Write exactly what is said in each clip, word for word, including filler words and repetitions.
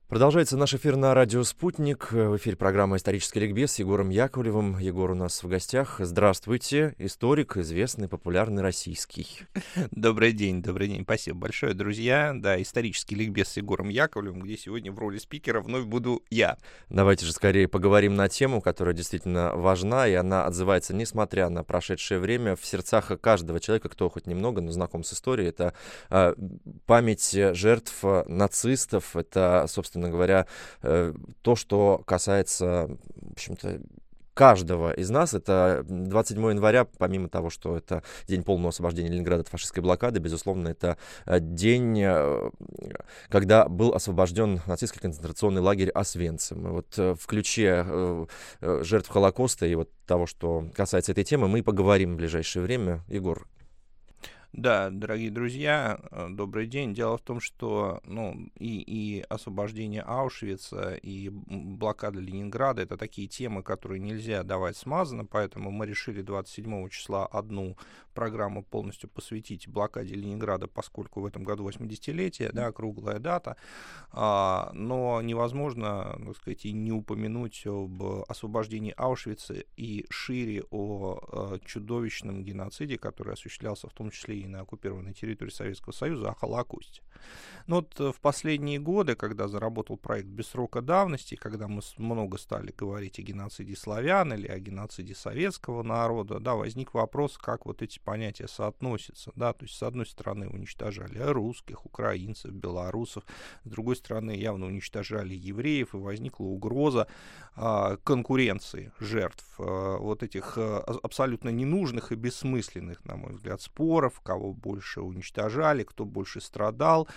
Продолжается наш эфир на радио «Спутник». В эфире программа «Исторический ликбез» с Егором Яковлевым. Егор у нас в гостях. Здравствуйте. Историк, известный, популярный, российский. Добрый день, добрый день. Спасибо большое, друзья. Да, «Исторический ликбез» с Егором Яковлевым, где сегодня в роли спикера вновь буду я. Давайте же скорее поговорим на тему, которая действительно важна, и она отзывается, несмотря на прошедшее время, в сердцах каждого человека, кто хоть немного, но знаком с историей. Это э, память жертв нацистов, это, собственно, говоря, то, что касается, в общем-то, каждого из нас. Это двадцать седьмого января, помимо того, что это день полного освобождения Ленинграда от фашистской блокады, безусловно, это день, когда был освобожден нацистский концентрационный лагерь Освенцим. Вот в ключе жертв Холокоста и вот того, что касается этой темы, мы и поговорим в ближайшее время. Егор. Да, дорогие друзья, добрый день. Дело в том, что ну, и, и освобождение Аушвица, и блокада Ленинграда — это такие темы, которые нельзя давать смазанно, поэтому мы решили двадцать седьмого числа одну программу полностью посвятить блокаде Ленинграда, поскольку в этом году восьмидесятилетие, да, круглая дата, а, но невозможно, так сказать, и не упомянуть об освобождении Аушвица и шире о, о чудовищном геноциде, который осуществлялся в том числе и на оккупированной территории Советского Союза, о Холокосте. Но вот в последние годы, когда заработал проект «Без срока давности», когда мы много стали говорить о геноциде славян или о геноциде советского народа, да, возник вопрос, как вот эти понятия соотносятся. Да? То есть, с одной стороны, уничтожали русских, украинцев, белорусов, с другой стороны, явно уничтожали евреев, и возникла угроза а, конкуренции жертв а, вот этих а, абсолютно ненужных и бессмысленных, на мой взгляд, споров, кого больше уничтожали, кто больше страдал.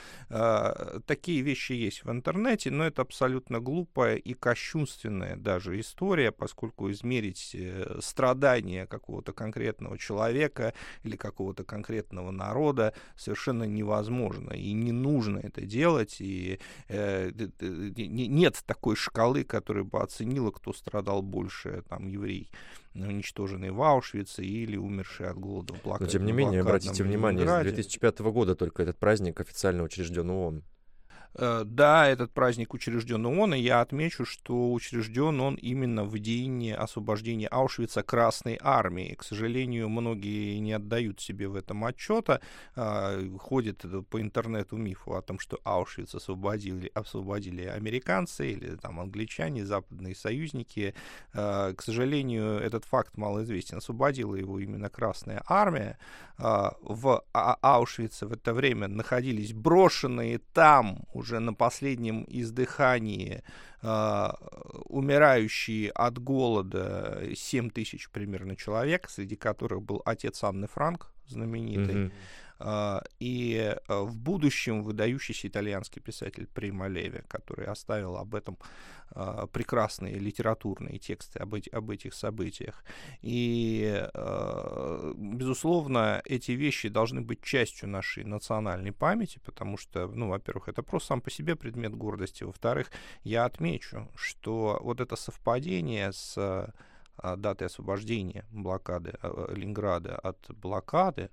Такие вещи есть в интернете, но это абсолютно глупая и кощунственная даже история, поскольку измерить страдания какого-то конкретного человека или какого-то конкретного народа совершенно невозможно, и не нужно это делать, и э, нет такой шкалы, которая бы оценила, кто страдал больше, там, еврей, уничтоженный в Аушвице или умерший от голода в блокадном Но тем не менее, обратите внимание, с две тысячи пятого года только этот праздник официально учрежден ООН. Да, этот праздник учрежден ООН, и я отмечу, что учрежден он именно в день освобождения Аушвица Красной Армией. К сожалению, многие не отдают себе в этом отчета. Ходит по интернету миф о том, что Аушвиц освободили, освободили американцы или там англичане, западные союзники. К сожалению, этот факт малоизвестен. Освободила его именно Красная Армия. В Аушвице в это время находились брошенные там уже на последнем издыхании э, умирающие от голода семь тысяч примерно человек, среди которых был отец Анны Франк, знаменитый, mm-hmm. э, и э, в будущем выдающийся итальянский писатель Прима Леви, который оставил об этом э, прекрасные литературные тексты об, эти, об этих событиях. И, э, безусловно, эти вещи должны быть частью нашей национальной памяти, потому что, ну, во-первых, это просто сам по себе предмет гордости. Во-вторых, я отмечу, что вот это совпадение с датой освобождения блокады Ленинграда от блокады,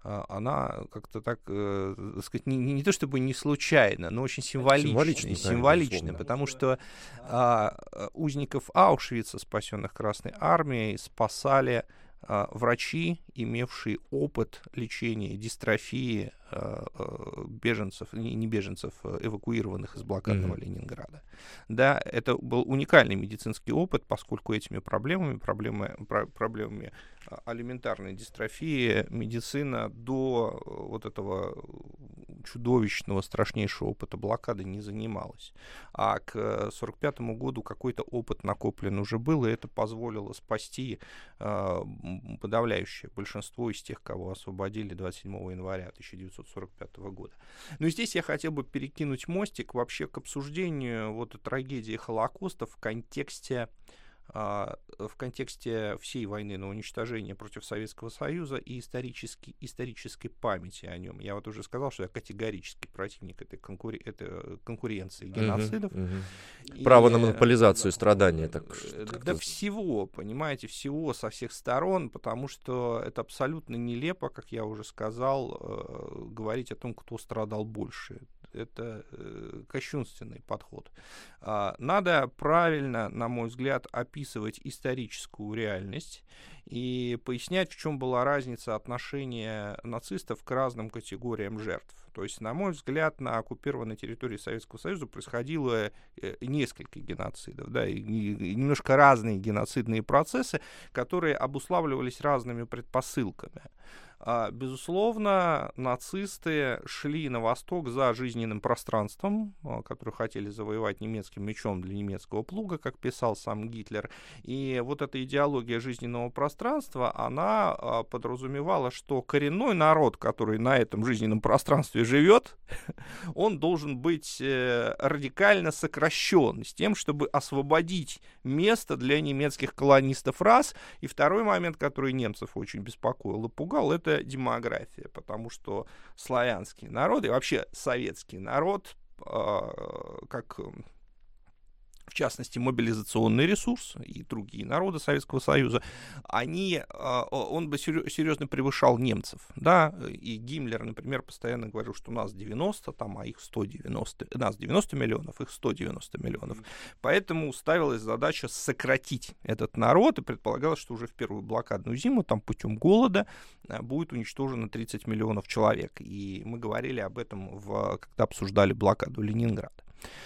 она как-то так, э, сказать, не, не то чтобы не случайно, но очень символичная, символичная, потому что а, узников Аушвица, спасенных Красной Армией, спасали а, врачи, имевшие опыт лечения дистрофии а, а, беженцев, не, не беженцев, эвакуированных из блокадного mm-hmm. Ленинграда. Да, это был уникальный медицинский опыт, поскольку этими проблемами, проблемы, про, проблемами алиментарной дистрофии медицина до вот этого чудовищного, страшнейшего опыта блокады не занималась. А к сорок пятому году какой-то опыт накоплен уже был, и это позволило спасти э, подавляющее большинство из тех, кого освободили двадцать седьмого января тысяча девятьсот сорок пятого года. Но здесь я хотел бы перекинуть мостик вообще к обсуждению вот трагедии Холокоста в контексте в контексте всей войны на уничтожение против Советского Союза и исторической, исторической памяти о нем. Я вот уже сказал, что я категорический противник этой, конкур... этой конкуренции геноцидов. Uh-huh, uh-huh. И... Право на монополизацию страданий. Так, да всего, понимаете, всего со всех сторон, потому что это абсолютно нелепо, как я уже сказал, говорить о том, кто страдал больше. Это э, кощунственный подход. А, надо правильно, на мой взгляд, описывать историческую реальность и пояснять, в чем была разница отношения нацистов к разным категориям жертв. То есть, на мой взгляд, на оккупированной территории Советского Союза происходило э, несколько геноцидов, да, и, и немножко разные геноцидные процессы, которые обуславливались разными предпосылками. А, безусловно, нацисты шли на восток за жизненным пространством, а, которое хотели завоевать немецким мечом для немецкого плуга, как писал сам Гитлер. И вот эта идеология жизненного пространства, она а, подразумевала, что коренной народ, который на этом жизненном пространстве живет, он должен быть э, радикально сокращен с тем, чтобы освободить место для немецких колонистов раз. И второй момент, который немцев очень беспокоил и пугал, это демография, потому что славянский народ и вообще советский народ, э, как в частности мобилизационный ресурс и другие народы Советского Союза, они, э, он бы серьезно превышал немцев, да, и Гиммлер, например, постоянно говорил, что у нас девяносто, там, а их сто девяносто, у нас девяносто миллионов, их сто девяносто миллионов, поэтому ставилась задача сократить этот народ, и предполагалось, что уже в первую блокадную зиму, там, путем голода будет уничтожено тридцать миллионов человек, и мы говорили об этом, в, когда обсуждали блокаду Ленинграда.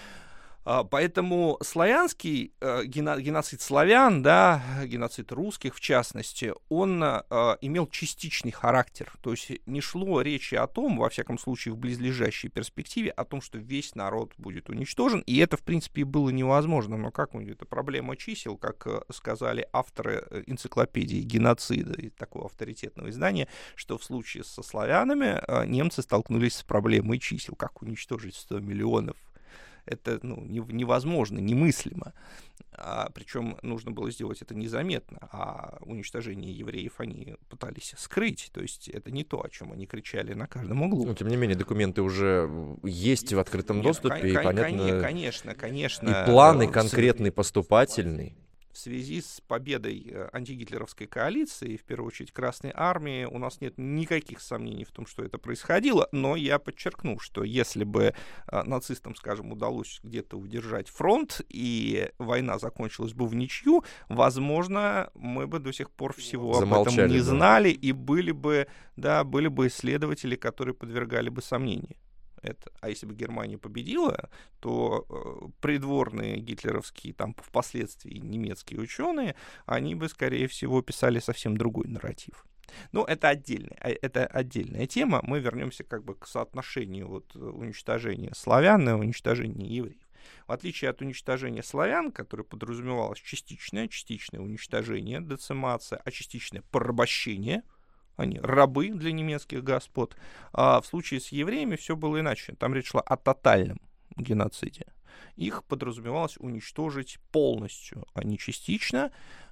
Поэтому славянский э, геноцид славян, да, геноцид русских в частности, он э, имел частичный характер. То есть не шло речи о том, во всяком случае в близлежащей перспективе, о том, что весь народ будет уничтожен. И это, в принципе, было невозможно. Но как это проблема чисел, как сказали авторы энциклопедии геноцида, и такого авторитетного издания, что в случае со славянами э, немцы столкнулись с проблемой чисел. Как уничтожить сто миллионов? Это ну, невозможно, немыслимо. А, причем нужно было сделать это незаметно, а уничтожение евреев они пытались скрыть. То есть это не то, о чем они кричали на каждом углу. Но, тем не менее, документы уже есть в открытом Нет, доступе, кон- и, понятно, конечно, конечно. и планы э, конкретный, поступательный. В связи с победой антигитлеровской коалиции, в первую очередь Красной Армии, у нас нет никаких сомнений в том, что это происходило, но я подчеркну, что если бы нацистам, скажем, удалось где-то удержать фронт, и война закончилась бы в ничью, возможно, мы бы до сих пор всего Замолчали, об этом не да. знали, и были бы, да, были бы исследователи, которые подвергали бы сомнению. Это. А если бы Германия победила, то э, придворные гитлеровские, там, впоследствии немецкие ученые, они бы, скорее всего, писали совсем другой нарратив. Но это отдельная, это отдельная тема. Мы вернемся как бы к соотношению вот, уничтожения славян и уничтожения евреев. В отличие от уничтожения славян, которое подразумевалось частичное, частичное уничтожение, децимация, а частичное порабощение, они рабы для немецких господ. А в случае с евреями все было иначе. Там речь шла о тотальном геноциде. Их подразумевалось уничтожить полностью, а не частично.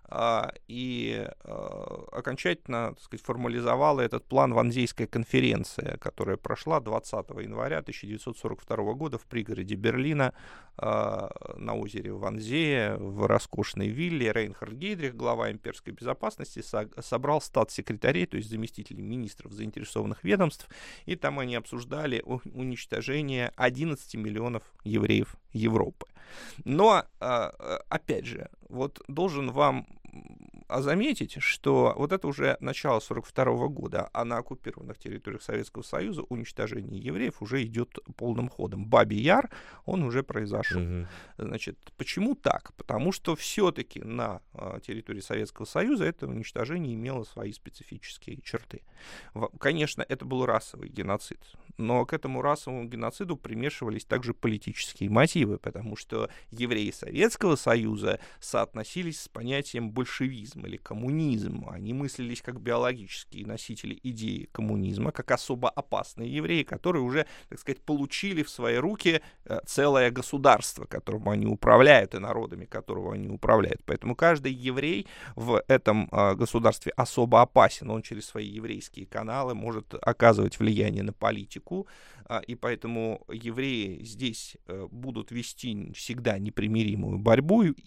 И окончательно, так сказать, формализовала этот план Ванзейская конференция, которая прошла двадцатого января тысяча девятьсот сорок второго года в пригороде Берлина на озере Ванзее в роскошной вилле. Рейнхард Гейдрих, глава имперской безопасности, собрал статс-секретарей, то есть заместителей министров заинтересованных ведомств, и там они обсуждали уничтожение одиннадцати миллионов евреев Европы. Но, опять же, вот должен вам заметить, что вот это уже начало сорок второго года, а на оккупированных территориях Советского Союза уничтожение евреев уже идет полным ходом. Бабий Яр, он уже произошел. Mm-hmm. Значит, почему так? Потому что все-таки на территории Советского Союза это уничтожение имело свои специфические черты. Конечно, это был расовый геноцид, но к этому расовому геноциду примешивались также политические мотивы, потому что евреи Советского Союза соотносились с понятием большевизм или коммунизм. Они мыслились как биологические носители идеи коммунизма, как особо опасные евреи, которые уже, так сказать, получили в свои руки целое государство, которым они управляют, и народами, которого они управляют. Поэтому каждый еврей в этом государстве особо опасен. Он через свои еврейские каналы может оказывать влияние на политику, и поэтому евреи здесь будут вести всегда непримиримую борьбу, и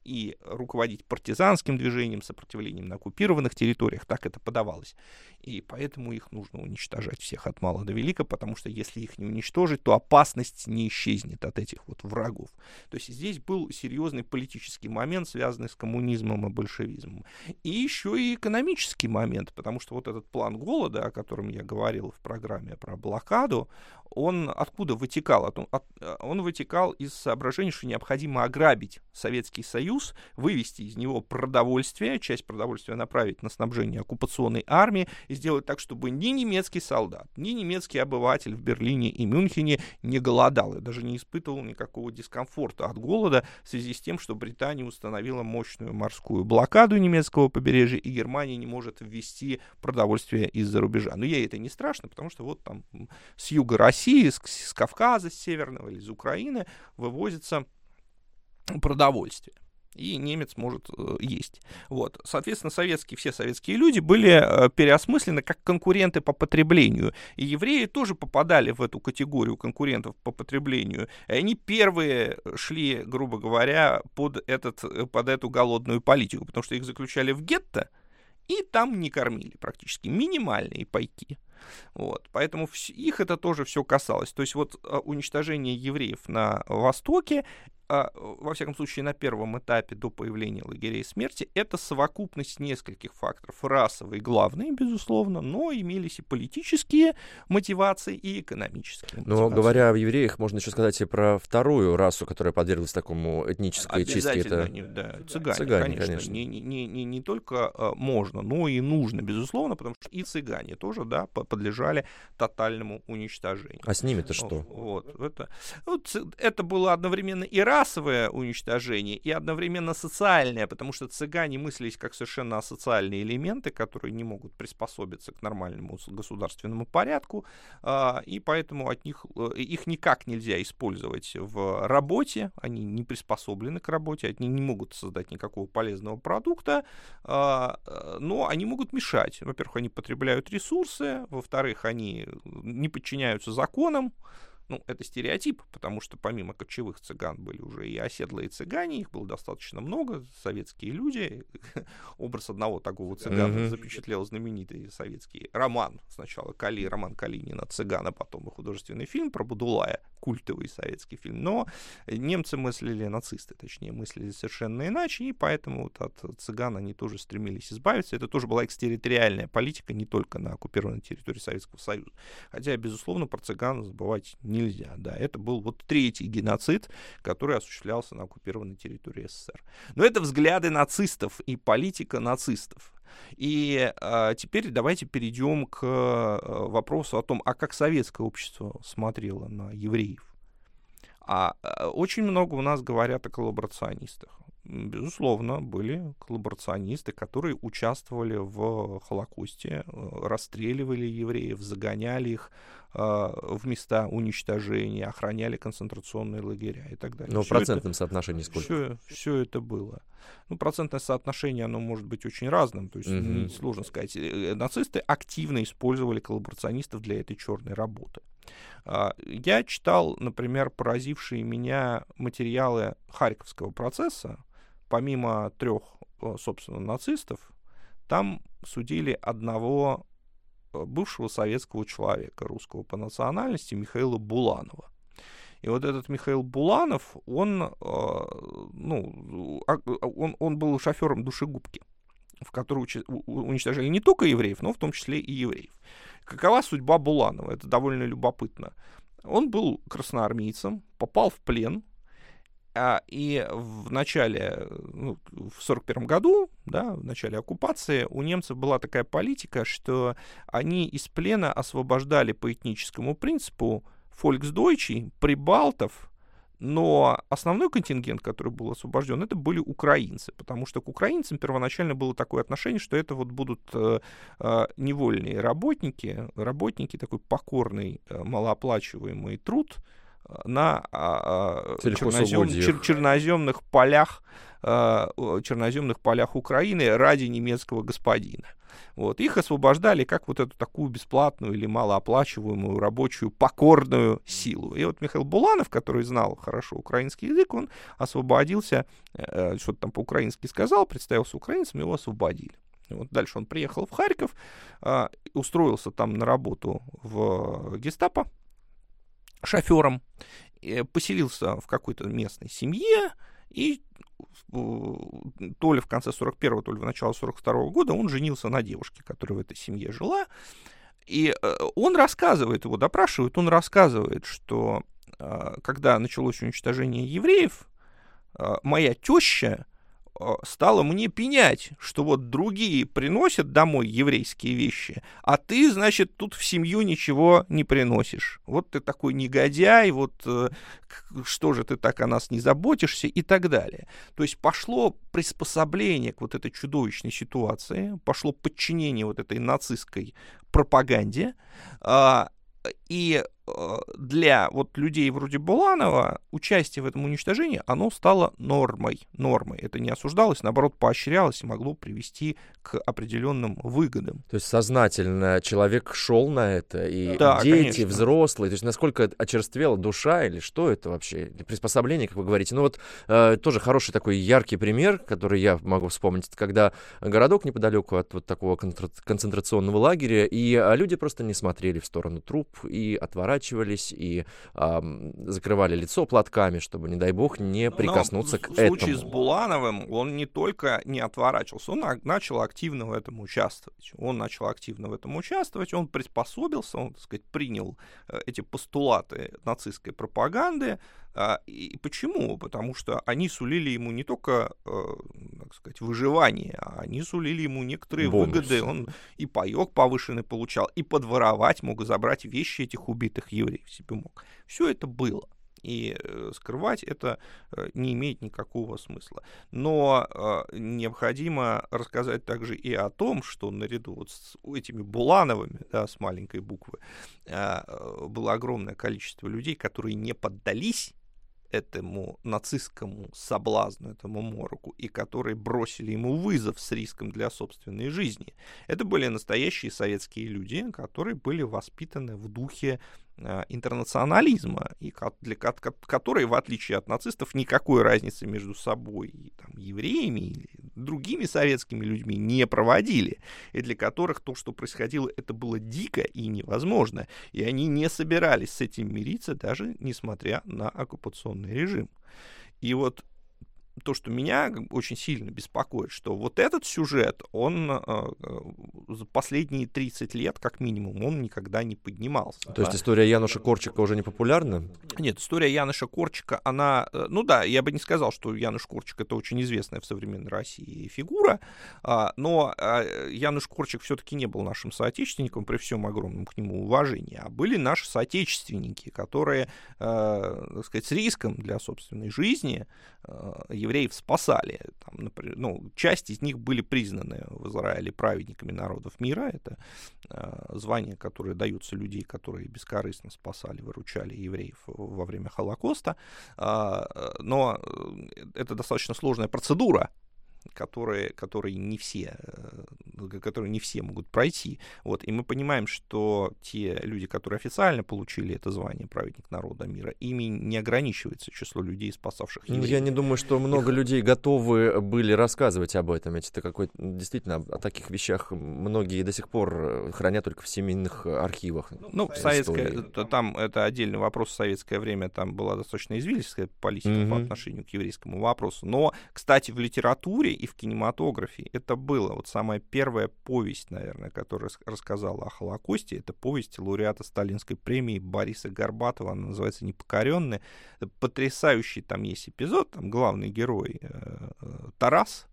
и руководить партизанским движением, сопротивлением на оккупированных территориях, так это подавалось. И поэтому их нужно уничтожать всех от мала до велика, потому что если их не уничтожить, то опасность не исчезнет от этих вот врагов. То есть здесь был серьезный политический момент, связанный с коммунизмом и большевизмом. И еще и экономический момент, потому что вот этот план голода, о котором я говорил в программе про блокаду, он откуда вытекал? Он вытекал из соображения, что необходимо ограбить Советский Союз, вывести из него продовольствие, часть продовольствия направить на снабжение оккупационной армии и сделать так, чтобы ни немецкий солдат, ни немецкий обыватель в Берлине и Мюнхене не голодал и даже не испытывал никакого дискомфорта от голода в связи с тем, что Британия установила мощную морскую блокаду немецкого побережья, и Германия не может ввести продовольствие из-за рубежа. Но ей это не страшно, потому что вот там с юга России, с, с Кавказа, с Северного или из Украины вывозится продовольствие. И немец может э, есть. Вот. Соответственно, советские, все советские люди были э, переосмыслены как конкуренты по потреблению. И евреи тоже попадали в эту категорию конкурентов по потреблению. И они первые шли, грубо говоря, под, этот, под эту голодную политику, потому что их заключали в гетто, и там не кормили практически. Минимальные пайки. Вот. Поэтому их это тоже все касалось. То есть вот уничтожение евреев на Востоке, во всяком случае на первом этапе до появления лагерей смерти, это совокупность нескольких факторов. Расовые главные, безусловно, но имелись и политические мотивации, и экономические мотивации. Но говоря о евреях, можно еще сказать и про вторую расу, которая подверглась такому этнической чистке. Это не, да, цыгане, цыгане, конечно. конечно. Не, не, не, не только uh, можно, но и нужно, безусловно, потому что и цыгане тоже, да, подлежали тотальному уничтожению. А с ними-то что? Вот, вот, это, вот, это было одновременно и расовое уничтожение, и одновременно социальное, потому что цыгане мыслились как совершенно асоциальные элементы, которые не могут приспособиться к нормальному государственному порядку, и поэтому от них, их никак нельзя использовать в работе, они не приспособлены к работе, они не могут создать никакого полезного продукта, но они могут мешать. Во-первых, они потребляют ресурсы, во-вторых, они не подчиняются законам. Ну, это стереотип, потому что помимо кочевых цыган были уже и оседлые цыгане, их было достаточно много, советские люди. Образ одного такого цыгана mm-hmm. запечатлел знаменитый советский роман. Сначала Кали, роман Калинина «Цыган», а потом и художественный фильм про Будулая, культовый советский фильм. Но немцы мыслили, нацисты, точнее, мыслили совершенно иначе, и поэтому вот от цыган они тоже стремились избавиться. Это тоже была экстерриториальная политика, не только на оккупированной территории Советского Союза. Хотя, безусловно, про цыган забывать не нельзя, да, это был вот третий геноцид, который осуществлялся на оккупированной территории СССР. Но это взгляды нацистов и политика нацистов. И а, теперь давайте перейдем к а, вопросу о том, а как советское общество смотрело на евреев. А, а очень много у нас говорят о коллаборационистах. Безусловно, были коллаборационисты, которые участвовали в Холокосте, расстреливали евреев, загоняли их э, в места уничтожения, охраняли концентрационные лагеря и так далее. Но в все процентном это, соотношении сколько? Все, все это было. Ну, процентное соотношение, оно может быть очень разным, то есть mm-hmm. сложно сказать. Нацисты активно использовали коллаборационистов для этой черной работы. Я читал, например, поразившие меня материалы Харьковского процесса. Помимо трех, собственно, нацистов, там судили одного бывшего советского человека, русского по национальности, Михаила Буланова. И вот этот Михаил Буланов, он, ну, он, он был шофером душегубки, в которой уничтожали не только евреев, но в том числе и евреев. Какова судьба Буланова? Это довольно любопытно. Он был красноармейцем, попал в плен, и в начале, ну, в сорок первом году, да, в начале оккупации, у немцев была такая политика, что они из плена освобождали по этническому принципу фольксдойчей, прибалтов, но основной контингент, который был освобожден, это были украинцы, потому что к украинцам первоначально было такое отношение, что это вот будут э, э, невольные работники, работники, такой покорный, э, малооплачиваемый труд, на а, чернозем, Сельхозугодьях. чер, черноземных полях, а, черноземных полях Украины ради немецкого господина. Вот. Их освобождали как вот эту такую бесплатную или малооплачиваемую рабочую покорную силу. И вот Михаил Буланов, который знал хорошо украинский язык, он освободился, э, что-то там по-украински сказал, представился украинцем, его освободили. Вот дальше он приехал в Харьков, э, устроился там на работу в гестапо шофером, э, поселился в какой-то местной семье, и то ли в конце сорок первого, то ли в начале сорок второго года он женился на девушке, которая в этой семье жила. И он рассказывает, его допрашивают, он рассказывает, что когда началось уничтожение евреев, моя теща стала мне пенять, что вот другие приносят домой еврейские вещи, а ты, значит, тут в семью ничего не приносишь. Вот ты такой негодяй, вот э, что же ты так о нас не заботишься и так далее. То есть пошло приспособление к вот этой чудовищной ситуации, пошло подчинение вот этой нацистской пропаганде, э, и для вот людей вроде Буланова участие в этом уничтожении, оно стало нормой. Нормой. Это не осуждалось, наоборот, поощрялось и могло привести к определенным выгодам. То есть сознательно человек шел на это, и да, дети, конечно. взрослые, то есть насколько очерствела душа, или что это вообще? Приспособление, как вы говорите. Ну вот э, тоже хороший такой яркий пример, который я могу вспомнить, это когда городок неподалеку от вот такого концентрационного лагеря, и люди просто не смотрели в сторону труп и отворачивались, и э, закрывали лицо платками, чтобы, не дай бог, не прикоснуться Но к в этому. В случае этому. с Булановым он не только не отворачивался, он начал активно в этом участвовать. Он начал активно в этом участвовать, он приспособился, он, так сказать, принял эти постулаты нацистской пропаганды. И почему? Потому что они сулили ему не только, так сказать, выживание, а они сулили ему некоторые Бонус. выгоды. Он и паёк повышенный получал, и подворовать мог, и забрать вещи этих убитых евреев себе мог. Все это было. И скрывать это не имеет никакого смысла. Но э, необходимо рассказать также и о том, что наряду вот с этими Булановыми, да, с маленькой буквы, э, было огромное количество людей, которые не поддались этому нацистскому соблазну, этому мороку, и которые бросили ему вызов с риском для собственной жизни. Это были настоящие советские люди, которые были воспитаны в духе э, интернационализма, и для которые, в отличие от нацистов, никакой разницы между собой и там, евреями или другими советскими людьми не проводили, и для которых то, что происходило, это было дико и невозможно, и они не собирались с этим мириться, даже несмотря на оккупационный режим. И вот то, что меня очень сильно беспокоит, что вот этот сюжет, он э, за последние тридцать лет, как минимум, он никогда не поднимался. То да? есть история Януша Корчика уже не популярна? Нет, история Януша Корчика, она... Ну да, я бы не сказал, что Януш Корчик — это очень известная в современной России фигура, но Януш Корчик все-таки не был нашим соотечественником, при всем огромном к нему уважении, а были наши соотечественники, которые, так сказать, с риском для собственной жизни евреев спасали. Там, например, ну, часть из них были признаны в Израиле праведниками народов мира. Это э, звание, которое даются людей, которые бескорыстно спасали, выручали евреев во время Холокоста. Э, но это достаточно сложная процедура, которые, которые, не все, которые не все могут пройти. Вот. И мы понимаем, что те люди, которые официально получили это звание праведник народа мира, ими не ограничивается число людей, спасавших евреев. Я не думаю, что много Их... людей готовы были рассказывать об этом. Ведь это какой-то, действительно, о таких вещах многие до сих пор хранят только в семейных архивах. Ну, советское, там это отдельный вопрос. В советское время там была достаточно извилистская политика mm-hmm. по отношению к еврейскому вопросу. Но, кстати, в литературе и в кинематографе это было. Вот самая первая повесть, наверное, которая рассказала о Холокосте, это повесть лауреата Сталинской премии Бориса Горбатова, она называется «Непокоренные». Это потрясающий там есть эпизод, там главный герой э, Тарас,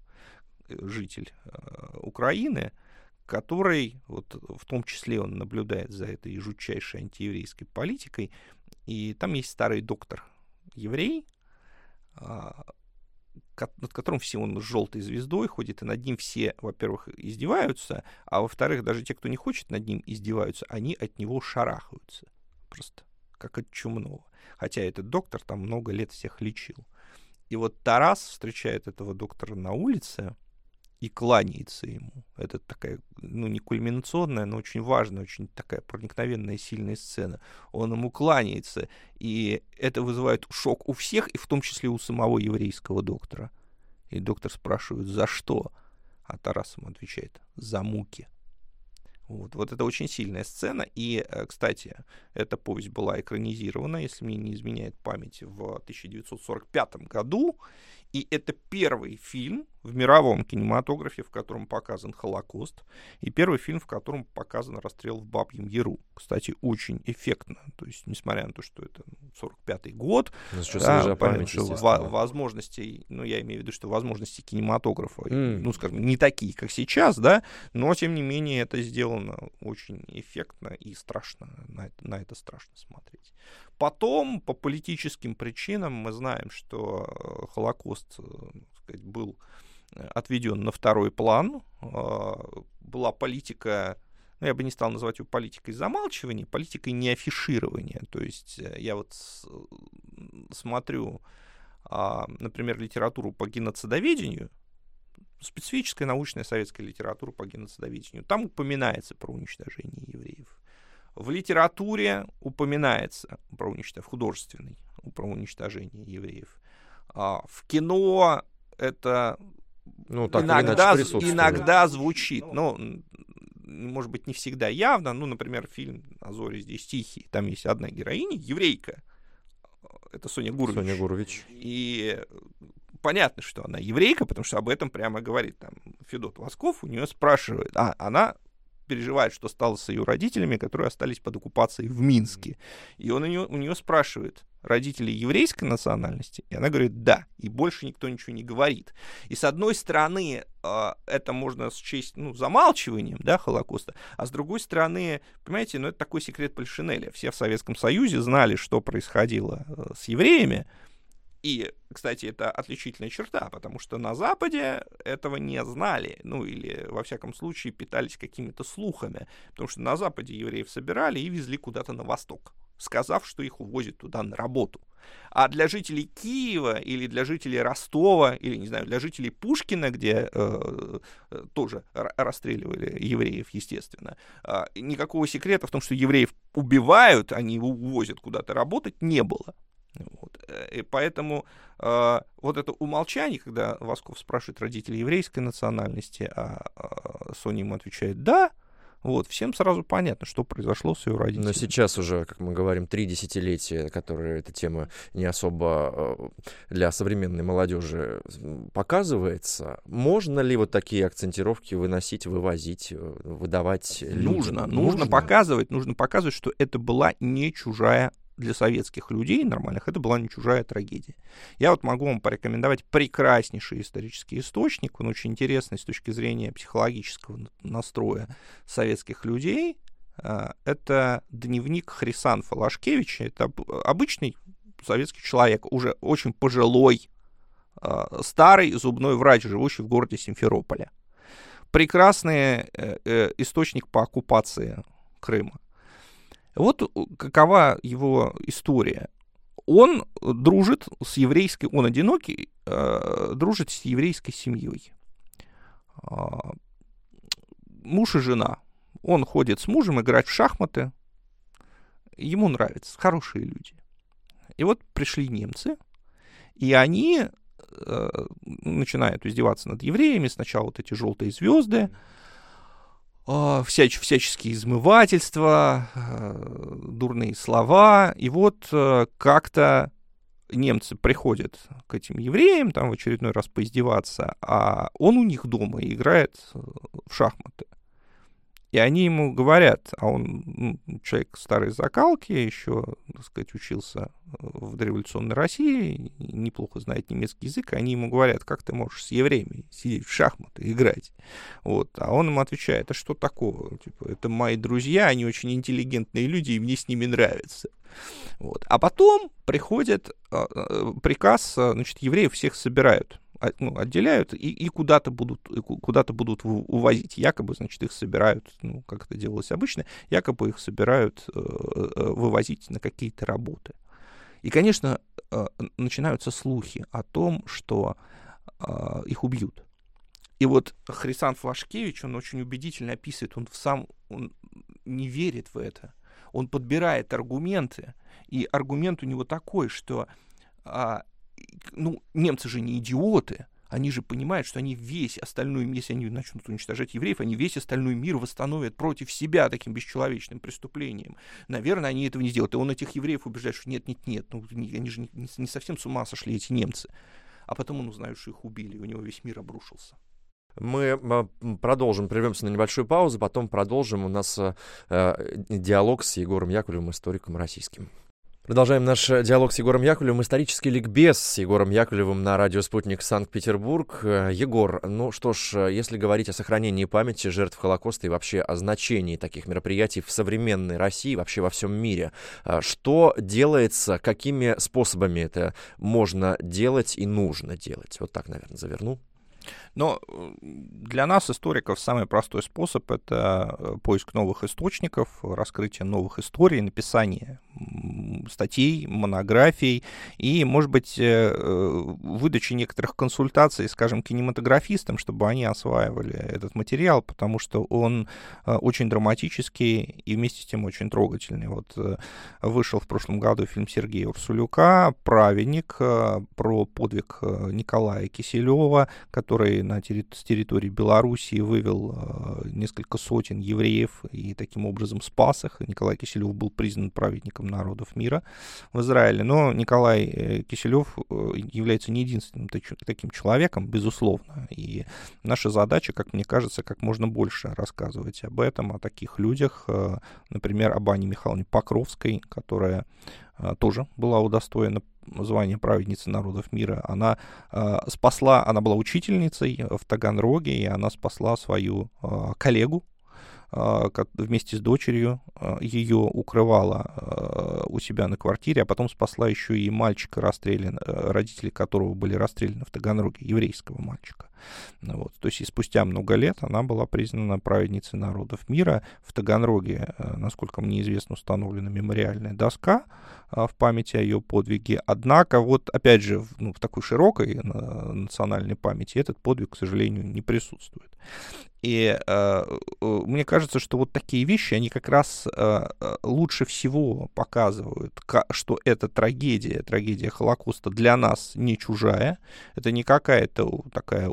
житель э, Украины, который, вот, в том числе он наблюдает за этой жутчайшей антиеврейской политикой, и там есть старый доктор еврей, э, над которым все он с желтой звездой ходит, и над ним все, во-первых, издеваются, а во-вторых, даже те, кто не хочет над ним издеваются, они от него шарахаются. Просто как от чумного. хотя этот доктор там много лет всех лечил. И вот Тарас встречает этого доктора на улице и кланяется ему. Это такая, ну, не кульминационная, но очень важная, очень такая проникновенная, сильная сцена. Он ему кланяется, и это вызывает шок у всех, и в том числе у самого еврейского доктора. И доктор спрашивает, за что? А Тарас ему отвечает, за муки. Вот, вот это очень сильная сцена. И, кстати, эта повесть была экранизирована, если мне не изменяет память, в тысяча девятьсот сорок пятом году. И это первый фильм в мировом кинематографе, в котором показан Холокост, и первый фильм, в котором показан расстрел в Бабьем Яру. Кстати, очень эффектно. То есть, несмотря на то, что это сорок пятый год, ну, да, память, что во- возможностей, ну, я имею в виду, что возможности кинематографа, mm. ну, скажем, не такие, как сейчас, да, но, тем не менее, это сделано очень эффектно и страшно. На это, на это страшно смотреть. Потом, по политическим причинам, мы знаем, что Холокост, так сказать, был отведен на второй план. Была политика, ну, я бы не стал называть ее политикой замалчивания, политикой неафиширования. То есть я вот смотрю, например, литературу по геноцидоведению, специфическая научная советская литература по геноцидоведению. Там упоминается про уничтожение евреев. В литературе упоминается про уничтожение, в художественной, про уничтожение евреев. А в кино это ну, так иногда, иногда звучит. Ну, может быть, не всегда явно. Ну, например, фильм «А зори здесь тихие». Там есть одна героиня, еврейка. Это Соня Гурвич. Соня Гурвич. И понятно, что она еврейка, потому что об этом прямо говорит там Федот Восков. У нее спрашивают, а она переживает, что стало с ее родителями, которые остались под оккупацией в Минске. И он у нее, у нее спрашивает, родители еврейской национальности? И она говорит, да. И больше никто ничего не говорит. И с одной стороны, это можно счесть, ну, замалчиванием, да, Холокоста, а с другой стороны, понимаете, ну, это такой секрет Польшинеля. Все в Советском Союзе знали, что происходило с евреями. И, кстати, это отличительная черта, потому что на Западе этого не знали, ну или, во всяком случае, питались какими-то слухами, потому что на Западе евреев собирали и везли куда-то на восток, сказав, что их увозят туда на работу. А для жителей Киева или для жителей Ростова, или, не знаю, для жителей Пушкина, где э, тоже расстреливали евреев, естественно, э, никакого секрета в том, что евреев убивают, они увозят куда-то работать, не было. Вот. И поэтому э, вот это умолчание, когда Восков спрашивает родителей еврейской национальности, а, а Соня ему отвечает «да», вот, всем сразу понятно, что произошло с ее родителями. Но сейчас уже, как мы говорим, три десятилетия, которые эта тема не особо для современной молодежи показывается. Можно ли вот такие акцентировки выносить, вывозить, выдавать людям? Нужно, нужно показывать, нужно показывать, что это была не чужая для советских людей нормальных, это была не чужая трагедия. Я вот могу вам порекомендовать прекраснейший исторический источник, он очень интересный с точки зрения психологического настроя советских людей. Это дневник Хрисанфа Лашкевича, это обычный советский человек, уже очень пожилой, старый зубной врач, живущий в городе Симферополе. Прекрасный источник по оккупации Крыма. Вот какова его история. Он дружит с еврейской, он одинокий, э, дружит с еврейской семьей. Э, муж и жена. Он ходит с мужем играть в шахматы. Ему нравится, хорошие люди. И вот пришли немцы, и они э, начинают издеваться над евреями. Сначала вот эти желтые звезды, Всяч, всяческие измывательства, дурные слова. И вот как-то немцы приходят к этим евреям, там в очередной раз поиздеваться, а он у них дома играет в шахматы. И они ему говорят, а он ну, человек старой закалки, еще, так сказать, учился в дореволюционной России, неплохо знает немецкий язык, и они ему говорят, как ты можешь с евреями сидеть в шахматы, играть. Вот. А он им отвечает, а что такого? Типа, это мои друзья, они очень интеллигентные люди, и мне с ними нравится. Вот. А потом приходит приказ, значит, евреев всех собирают. Ну, отделяют и, и куда-то будут, куда-то будут увозить. Якобы, значит, их собирают, ну, как это делалось обычно, якобы их собирают э, вывозить на какие-то работы. И, конечно, начинаются слухи о том, что их убьют. И вот Хрисан Флашкевич, он очень убедительно описывает, он сам он не верит в это. Он подбирает аргументы, и аргумент у него такой, что а, ну, немцы же не идиоты, они же понимают, что они весь остальной мир, если они начнут уничтожать евреев, они весь остальной мир восстановят против себя таким бесчеловечным преступлением. Наверное, они этого не сделают. И он этих евреев убеждает, что нет, нет, нет, ну, они же не, не совсем с ума сошли, эти немцы. А потом он узнает, что их убили, и у него весь мир обрушился. Мы продолжим, прервемся на небольшую паузу, потом продолжим. У нас э, диалог с Егором Яковлевым, историком российским. Продолжаем наш диалог с Егором Яковлевым. Исторический ликбез с Егором Яковлевым на радио «Спутник» Санкт-Петербург. Егор, ну что ж, если говорить о сохранении памяти жертв Холокоста и вообще о значении таких мероприятий в современной России, вообще во всем мире, что делается, какими способами это можно делать и нужно делать? Вот так, наверное, заверну. Но для нас, историков, самый простой способ — это поиск новых источников, раскрытие новых историй, написание статей, монографий и, может быть, выдача некоторых консультаций, скажем, кинематографистам, чтобы они осваивали этот материал, потому что он очень драматический и вместе с тем очень трогательный. Вот вышел в прошлом году фильм Сергея Урсулюка «Праведник» про подвиг Николая Киселева, который на терри- с территории Белоруссии вывел э, несколько сотен евреев и таким образом спас их. Николай Киселев был признан праведником народов мира в Израиле. Но Николай э, Киселев э, является не единственным тач- таким человеком, безусловно. И наша задача, как мне кажется, как можно больше рассказывать об этом, о таких людях. Э, например, об Анне Михайловне Покровской, которая э, тоже была удостоена звание праведницы народов мира. Она э, спасла, она была учительницей в Таганроге, и она спасла свою э, коллегу, э, вместе с дочерью э, ее укрывала э, у себя на квартире, а потом спасла еще и мальчика, расстрелян, э, родители которого были расстреляны в Таганроге, еврейского мальчика. Вот. То есть и спустя много лет она была признана праведницей народов мира. В Таганроге, насколько мне известно, установлена мемориальная доска в памяти о ее подвиге. Однако, вот опять же, ну, в такой широкой национальной памяти этот подвиг, к сожалению, не присутствует. И э, мне кажется, что вот такие вещи, они как раз э, лучше всего показывают, что эта трагедия, трагедия Холокоста для нас не чужая. Это не какая-то такая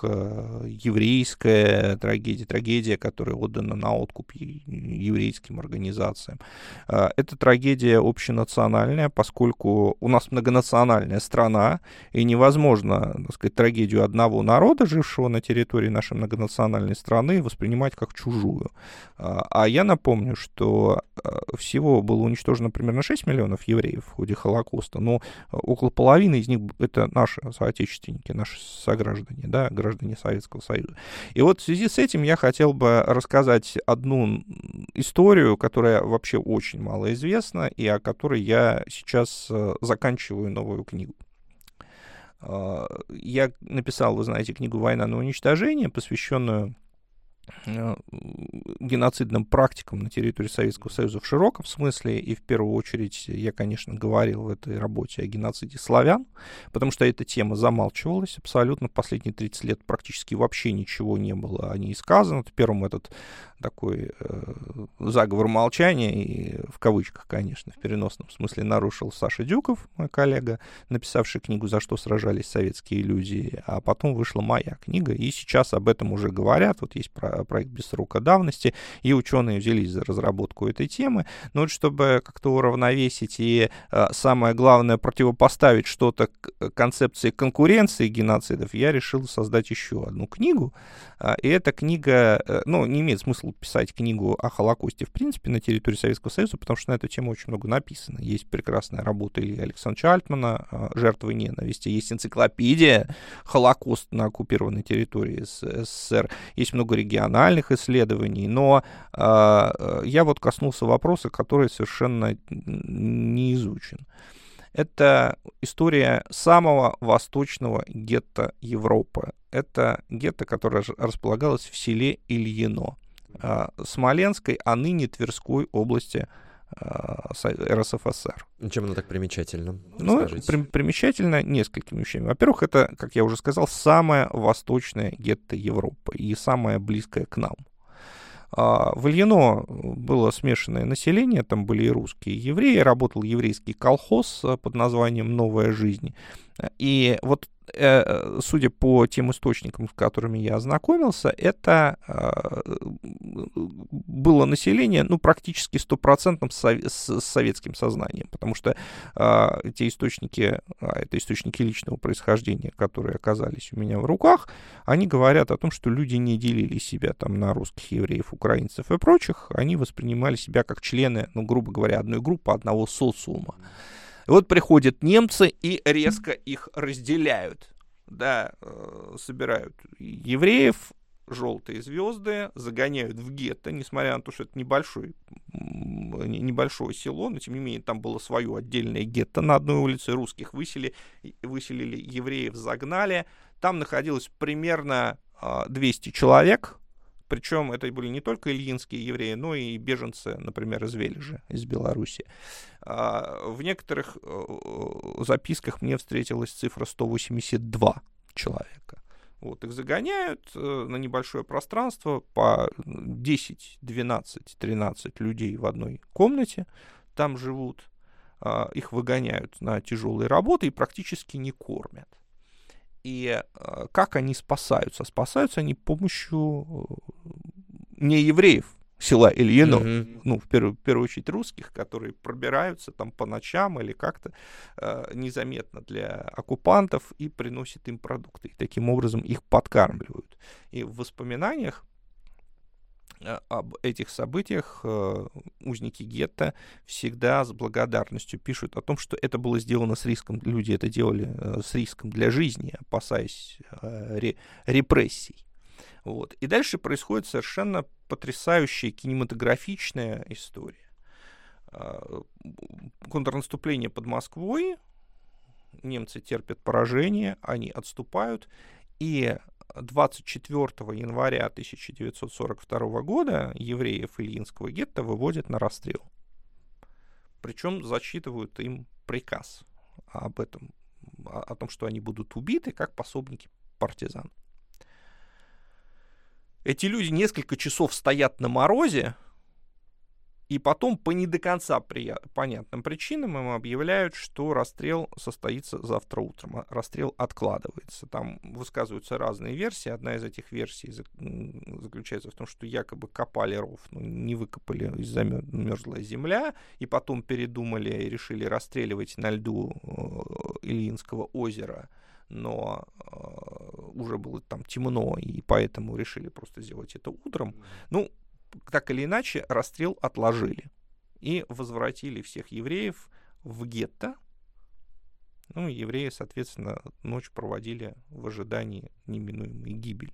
узкоеврейская трагедия, трагедия, которая отдана на откуп еврейским организациям. Э, это трагедия общенациональная, поскольку у нас многонациональная страна, и невозможно, так сказать, трагедию одного народа, жившего на территории нашей многонациональной страны, воспринимать как чужую. А я напомню, что всего было уничтожено примерно шесть миллионов евреев в ходе Холокоста, но около половины из них это наши соотечественники, наши сограждане, да, граждане Советского Союза. И вот в связи с этим я хотел бы рассказать одну историю, которая вообще очень мало известна, и о которой я сейчас заканчиваю новую книгу. Я написал, вы знаете, книгу «Война на уничтожение», посвященную геноцидным практикам на территории Советского Союза в широком смысле, и в первую очередь я, конечно, говорил в этой работе о геноциде славян, потому что эта тема замалчивалась абсолютно. В последние тридцать лет практически вообще ничего не было о ней сказано. Первым этот такой э, заговор молчания, и в кавычках, конечно, в переносном смысле, нарушил Саша Дюков, мой коллега, написавший книгу «За что сражались советские люди», а потом вышла моя книга, и сейчас об этом уже говорят. Вот есть про проект «Без срока давности», и ученые взялись за разработку этой темы. Но вот чтобы как-то уравновесить и, э, самое главное, противопоставить что-то к концепции конкуренции геноцидов, я решил создать еще одну книгу. Э, и эта книга, э, ну, не имеет смысла писать книгу о Холокосте, в принципе, на территории Советского Союза, потому что на эту тему очень много написано. Есть прекрасная работа Ильи Александровича Альтмана «Жертвы ненависти», есть энциклопедия «Холокост на оккупированной территории СССР», есть много региональных исследований, но э, я вот коснулся вопроса, который совершенно не изучен. Это история самого восточного гетто Европы. Это гетто, которое располагалось в селе Ильино Смоленской, а ныне Тверской области эр эс эф эс эр. Чем оно так примечательно? Ну, при, примечательно несколькими вещами. Во-первых, это, как я уже сказал, самое восточное гетто Европы и самое близкое к нам. В Ильино было смешанное население, там были и русские, и евреи, работал еврейский колхоз под названием «Новая жизнь». И вот, судя по тем источникам, с которыми я ознакомился, это было население, ну, практически стопроцентным с советским сознанием, потому что те источники, это источники личного происхождения, которые оказались у меня в руках, они говорят о том, что люди не делили себя там на русских, евреев, украинцев и прочих, они воспринимали себя как члены, ну, грубо говоря, одной группы, одного социума. И вот приходят немцы и резко их разделяют, да, э, собирают евреев, желтые звезды, загоняют в гетто, несмотря на то, что это небольшой, небольшое село, но тем не менее там было свое отдельное гетто на одной улице, русских выселили, выселили, евреев загнали, там находилось примерно э, двести человек. Причем это были не только ильинские евреи, но и беженцы, например, из Велижа, из Беларуси. В некоторых записках мне встретилась цифра сто восемьдесят два человека. Вот, их загоняют на небольшое пространство по десять, двенадцать, тринадцать людей в одной комнате. Там живут, их выгоняют на тяжелые работы и практически не кормят. И э, как они спасаются? Спасаются они с помощью неевреев села Ильино, mm-hmm. ну, в первую, в первую очередь русских, которые пробираются там по ночам или как-то э, незаметно для оккупантов и приносят им продукты. И таким образом их подкармливают. И в воспоминаниях об этих событиях э, узники гетто всегда с благодарностью пишут о том, что это было сделано с риском, люди это делали э, с риском для жизни, опасаясь э, ре, репрессий. Вот. И дальше происходит совершенно потрясающая кинематографичная история. Э, контрнаступление под Москвой, немцы терпят поражение, они отступают, и двадцать четвёртого января тысяча девятьсот сорок второго года евреев Ильинского гетто выводят на расстрел. Причем зачитывают им приказ об этом, о том, что они будут убиты как пособники партизан. Эти люди несколько часов стоят на морозе, и потом по не до конца при... понятным причинам им объявляют, что расстрел состоится завтра утром. Расстрел откладывается. Там высказываются разные версии. Одна из этих версий заключается в том, что якобы копали ров, но не выкопали, из-за мерзлая земля, и потом передумали и решили расстреливать на льду Ильинского озера. Но э, уже было там темно, и поэтому решили просто сделать это утром. Ну, так или иначе, расстрел отложили и возвратили всех евреев в гетто. Ну, и евреи, соответственно, ночь проводили в ожидании неминуемой гибели.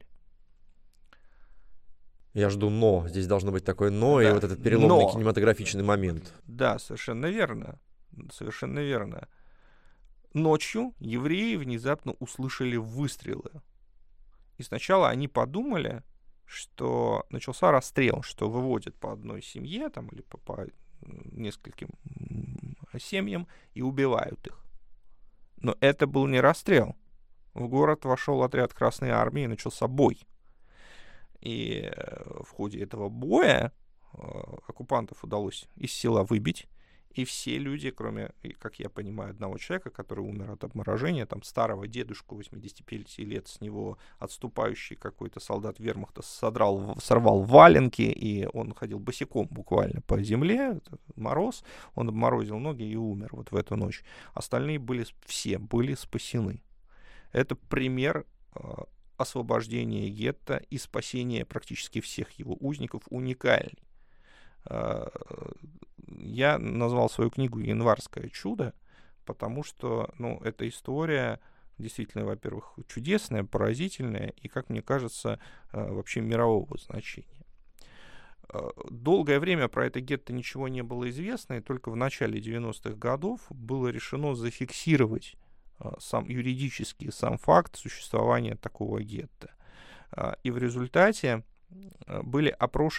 Я жду «но». Здесь должно быть такое «но», да, и вот этот переломный но. кинематографичный момент. Да, совершенно верно. Совершенно верно. Ночью евреи внезапно услышали выстрелы. И сначала они подумали, что начался расстрел, что выводят по одной семье там, или по, по нескольким семьям и убивают их. Но это был не расстрел. В город вошел отряд Красной Армии и начался бой. И в ходе этого боя оккупантов удалось из села выбить. И все люди, кроме, как я понимаю, одного человека, который умер от обморожения, там старого дедушку восьмидесяти пяти лет, с него отступающий какой-то солдат вермахта содрал, сорвал валенки, и он ходил босиком буквально по земле, мороз, он обморозил ноги и умер вот в эту ночь. Остальные были, все были спасены. Это пример э, освобождения гетто и спасения практически всех его узников уникальный. Э, Я назвал свою книгу «Январское чудо», потому что, ну, эта история действительно, во-первых, чудесная, поразительная и, как мне кажется, вообще мирового значения. Долгое время про это гетто ничего не было известно, и только в начале девяностых годов было решено зафиксировать сам юридически сам факт существования такого гетто. И в результате были опрошены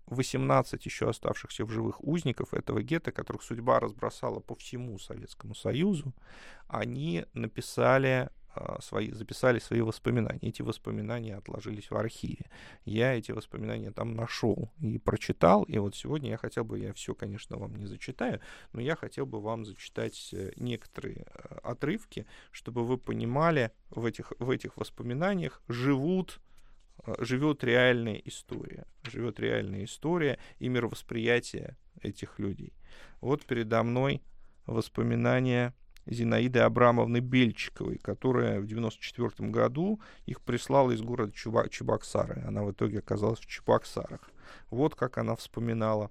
восемнадцать еще оставшихся в живых узников этого гетто, которых судьба разбросала по всему Советскому Союзу, они написали свои, записали свои воспоминания. Эти воспоминания отложились в архиве. Я эти воспоминания там нашел и прочитал. И вот сегодня я хотел бы, я все, конечно, вам не зачитаю, но я хотел бы вам зачитать некоторые отрывки, чтобы вы понимали, в этих, в этих воспоминаниях живут, живет реальная история. Живет реальная история и мировосприятие этих людей. Вот передо мной воспоминания Зинаиды Абрамовны Бельчиковой, которая в девяносто четвёртом году их прислала из города Чуба- Чебоксары. Она в итоге оказалась в Чебоксарах. Вот как она вспоминала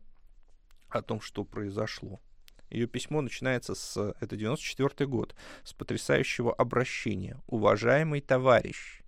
о том, что произошло. Ее письмо начинается с, это девяносто четвёртый год, с потрясающего обращения. «Уважаемый товарищ».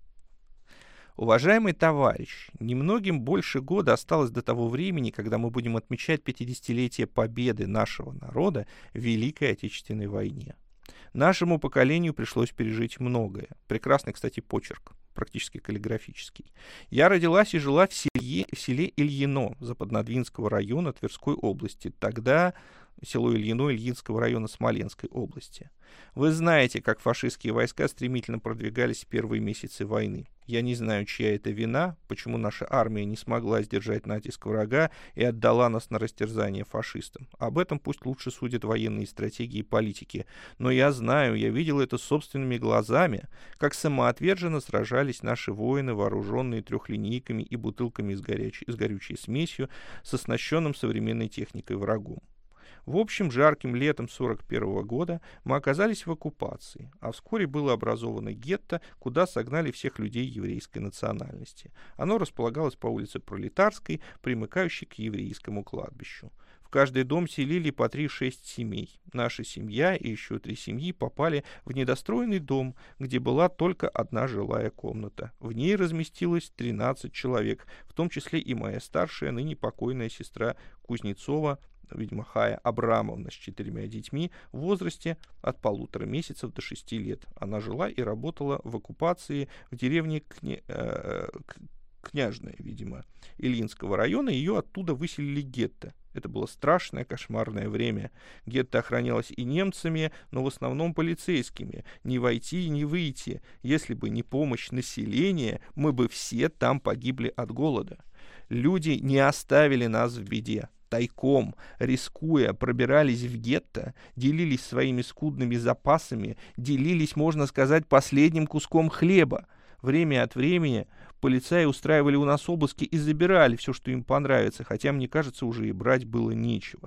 Уважаемый товарищ, немногим больше года осталось до того времени, когда мы будем отмечать пятидесятилетие победы нашего народа в Великой Отечественной войне. Нашему поколению пришлось пережить многое. Прекрасный, кстати, почерк, практически каллиграфический. Я родилась и жила в селе, в селе Ильино Западнодвинского района Тверской области. Тогда село Ильино Ильинского района Смоленской области. Вы знаете, как фашистские войска стремительно продвигались в первые месяцы войны. Я не знаю, чья это вина, почему наша армия не смогла сдержать натиск врага и отдала нас на растерзание фашистам. Об этом пусть лучше судят военные стратегии и политики. Но я знаю, я видел это собственными глазами, как самоотверженно сражались наши воины, вооруженные трехлинейками и бутылками с, горяч... с горючей смесью, с оснащенным современной техникой врагом. В общем, жарким летом сорок первого года мы оказались в оккупации, а вскоре было образовано гетто, куда согнали всех людей еврейской национальности. Оно располагалось по улице Пролетарской, примыкающей к еврейскому кладбищу. В каждый дом селили по три-шесть семей. Наша семья и еще три семьи попали в недостроенный дом, где была только одна жилая комната. В ней разместилось тринадцать человек, в том числе и моя старшая, ныне покойная сестра Кузнецова, видимо, Хая Абрамовна, с четырьмя детьми в возрасте от полутора месяцев до шести лет. Она жила и работала в оккупации в деревне Кня... э, Княжная, видимо, Ильинского района. Ее оттуда выселили гетто. Это было страшное, кошмарное время. Гетто охранялось и немцами, но в основном полицейскими. Не войти и не выйти. Если бы не помощь населения, мы бы все там погибли от голода. Люди не оставили нас в беде. Тайком, рискуя, пробирались в гетто, делились своими скудными запасами, делились, можно сказать, последним куском хлеба. Время от времени полицаи устраивали у нас обыски и забирали все, что им понравится, хотя, мне кажется, уже и брать было нечего.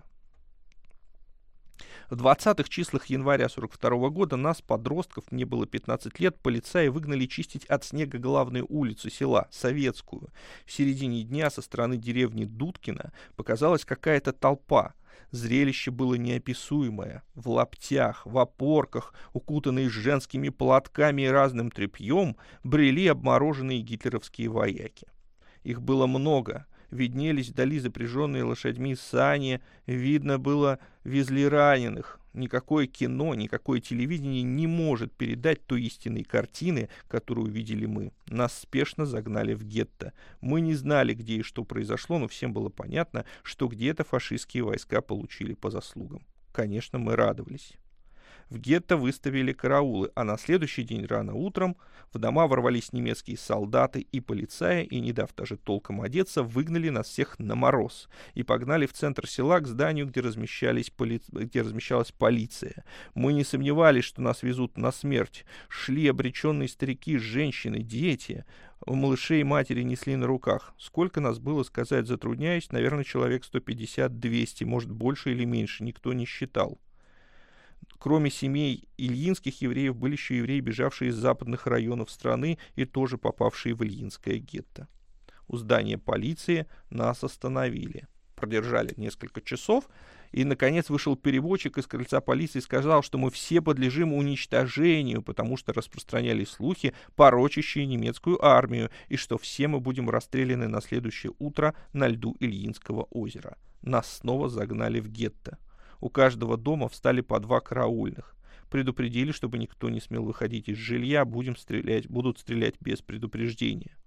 В двадцатых числах января сорок второго года нас, подростков, мне было пятнадцать лет, полицаи выгнали чистить от снега главную улицу села, Советскую. В середине дня со стороны деревни Дудкина показалась какая-то толпа. Зрелище было неописуемое. В лаптях, в опорках, укутанные женскими платками и разным тряпьем, брели обмороженные гитлеровские вояки. Их было много. Виднелись вдали запряженные лошадьми сани, видно было, везли раненых. Никакое кино, никакое телевидение не может передать той истинной картины, которую видели мы. Нас спешно загнали в гетто. Мы не знали, где и что произошло, но всем было понятно, что где-то фашистские войска получили по заслугам. Конечно, мы радовались. В гетто выставили караулы, а на следующий день рано утром в дома ворвались немецкие солдаты и полицаи, и, не дав даже толком одеться, выгнали нас всех на мороз и погнали в центр села к зданию, где, размещались поли... где размещалась полиция. Мы не сомневались, что нас везут на смерть. Шли обреченные старики, женщины, дети. Малышей и матери несли на руках. Сколько нас было, сказать затрудняюсь, наверное, человек сто пятьдесят - двести, может, больше или меньше, никто не считал. Кроме семей ильинских евреев, были еще евреи, бежавшие из западных районов страны и тоже попавшие в Ильинское гетто. У здания полиции нас остановили. Продержали несколько часов, и, наконец, вышел переводчик из крыльца полиции и сказал, что мы все подлежим уничтожению, потому что распространялись слухи, порочащие немецкую армию, и что все мы будем расстреляны на следующее утро на льду Ильинского озера. Нас снова загнали в гетто. У каждого дома встали по два караульных. Предупредили, чтобы никто не смел выходить из жилья, будем стрелять, будут стрелять без предупреждения.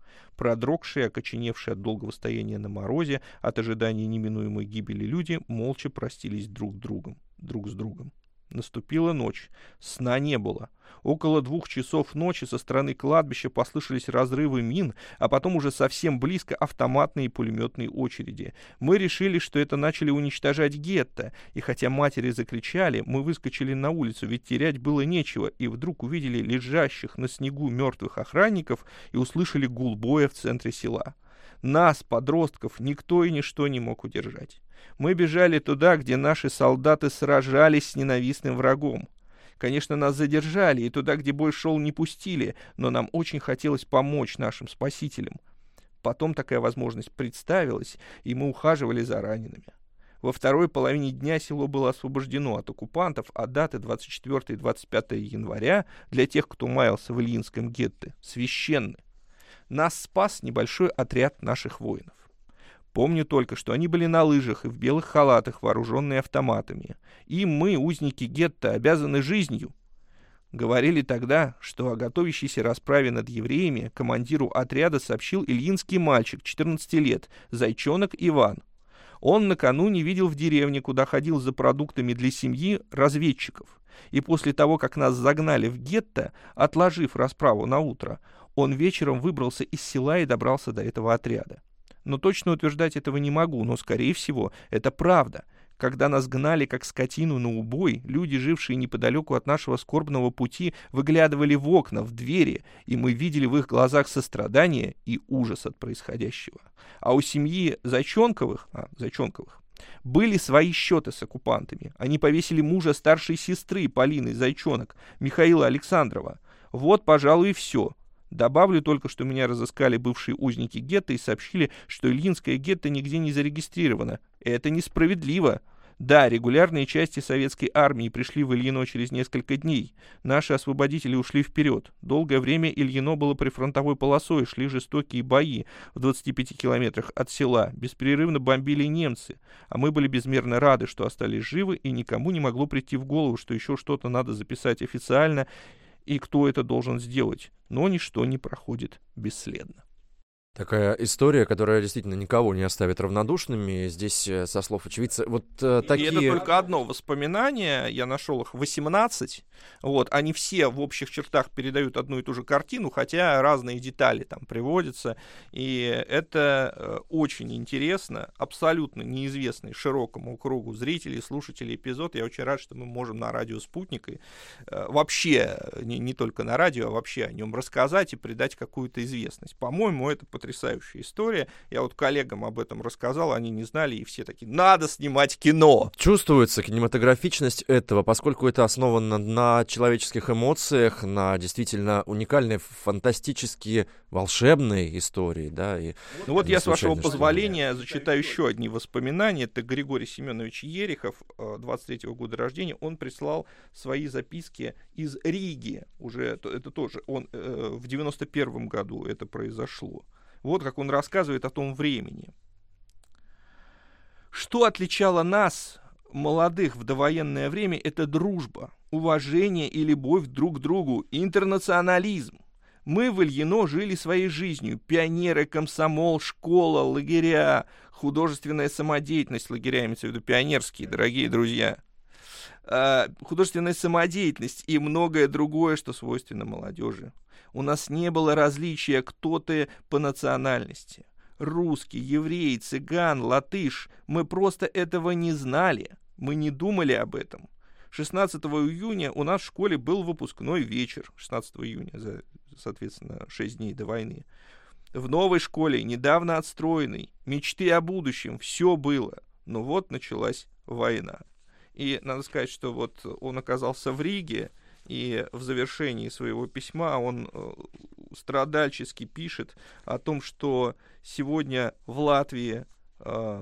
Продрогшие, окоченевшие от долгого стояния на морозе, от ожидания неминуемой гибели люди молча простились друг с другом, друг с другом. Наступила ночь. Сна не было. Около двух часов ночи со стороны кладбища послышались разрывы мин, а потом уже совсем близко автоматные и пулеметные очереди. Мы решили, что это начали уничтожать гетто, и хотя матери закричали, мы выскочили на улицу, ведь терять было нечего, и вдруг увидели лежащих на снегу мертвых охранников и услышали гул боя в центре села. Нас, подростков, никто и ничто не мог удержать. Мы бежали туда, где наши солдаты сражались с ненавистным врагом. Конечно, нас задержали, и туда, где бой шел, не пустили, но нам очень хотелось помочь нашим спасителям. Потом такая возможность представилась, и мы ухаживали за ранеными. Во второй половине дня село было освобождено от оккупантов, а даты двадцать четвёртого и двадцать пятого января для тех, кто маялся в Ильинском гетто, священны. Нас спас небольшой отряд наших воинов. Помню только, что они были на лыжах и в белых халатах, вооруженные автоматами. И мы, узники гетто, обязаны жизнью. Говорили тогда, что о готовящейся расправе над евреями командиру отряда сообщил ильинский мальчик, четырнадцати лет, зайчонок Иван. Он накануне видел в деревне, куда ходил за продуктами для семьи, разведчиков. И после того, как нас загнали в гетто, отложив расправу на утро, он вечером выбрался из села и добрался до этого отряда. Но точно утверждать этого не могу, но, скорее всего, это правда. Когда нас гнали, как скотину, на убой, люди, жившие неподалеку от нашего скорбного пути, выглядывали в окна, в двери, и мы видели в их глазах сострадание и ужас от происходящего. А у семьи Зайчонковых, а, Зайчонковых были свои счеты с оккупантами. Они повесили мужа старшей сестры Полины Зайчонок, Михаила Александрова. Вот, пожалуй, и все. Добавлю только, что меня разыскали бывшие узники гетто и сообщили, что Ильинское гетто нигде не зарегистрировано. Это несправедливо. Да, регулярные части советской армии пришли в Ильино через несколько дней. Наши освободители ушли вперед. Долгое время Ильино было прифронтовой полосой, шли жестокие бои в двадцати пяти километрах от села. Беспрерывно бомбили немцы. А мы были безмерно рады, что остались живы, и никому не могло прийти в голову, что еще что-то надо записать официально, и кто это должен сделать. Но ничто не проходит бесследно. Такая история, которая действительно никого не оставит равнодушными. Здесь, со слов очевидца, вот э, такие... И это только одно воспоминание, я нашел их восемнадцать. Вот, они все в общих чертах передают одну и ту же картину, хотя разные детали там приводятся. И это э, очень интересно, абсолютно неизвестный широкому кругу зрителей, слушателей эпизод. Я очень рад, что мы можем на радио «Спутник» и, э, вообще, не, не только на радио, а вообще о нем рассказать и придать какую-то известность. По-моему, это потрясающая история. Я вот коллегам об этом рассказал, они не знали, и все такие: надо снимать кино. Чувствуется кинематографичность этого, поскольку это основано на человеческих эмоциях, на действительно уникальной, фантастические, волшебные истории, да. И ну вот я, с вашего позволения, зачитаю еще одни воспоминания. Это Григорий Семенович Ерехов, двадцать третьего года рождения. Он прислал свои записки из Риги. Уже это, это тоже он э, в девяносто первом году это произошло. Вот как он рассказывает о том времени. Что отличало нас, молодых, в довоенное время, это дружба, уважение и любовь друг к другу, интернационализм. Мы в Ильино жили своей жизнью. Пионеры, комсомол, школа, лагеря, художественная самодеятельность. Лагеря, имеется в виду пионерские, дорогие друзья. Художественная самодеятельность и многое другое, что свойственно молодежи. У нас не было различия, кто ты по национальности. Русский, еврей, цыган, латыш. Мы просто этого не знали. Мы не думали об этом. шестнадцатого июня у нас в школе был выпускной вечер. шестнадцатого июня, за, соответственно, шесть дней до войны. В новой школе, недавно отстроенной, мечты о будущем, все было. Но вот началась война. И надо сказать, что вот он оказался в Риге, и в завершении своего письма он э, страдальчески пишет о том, что сегодня в Латвии, э,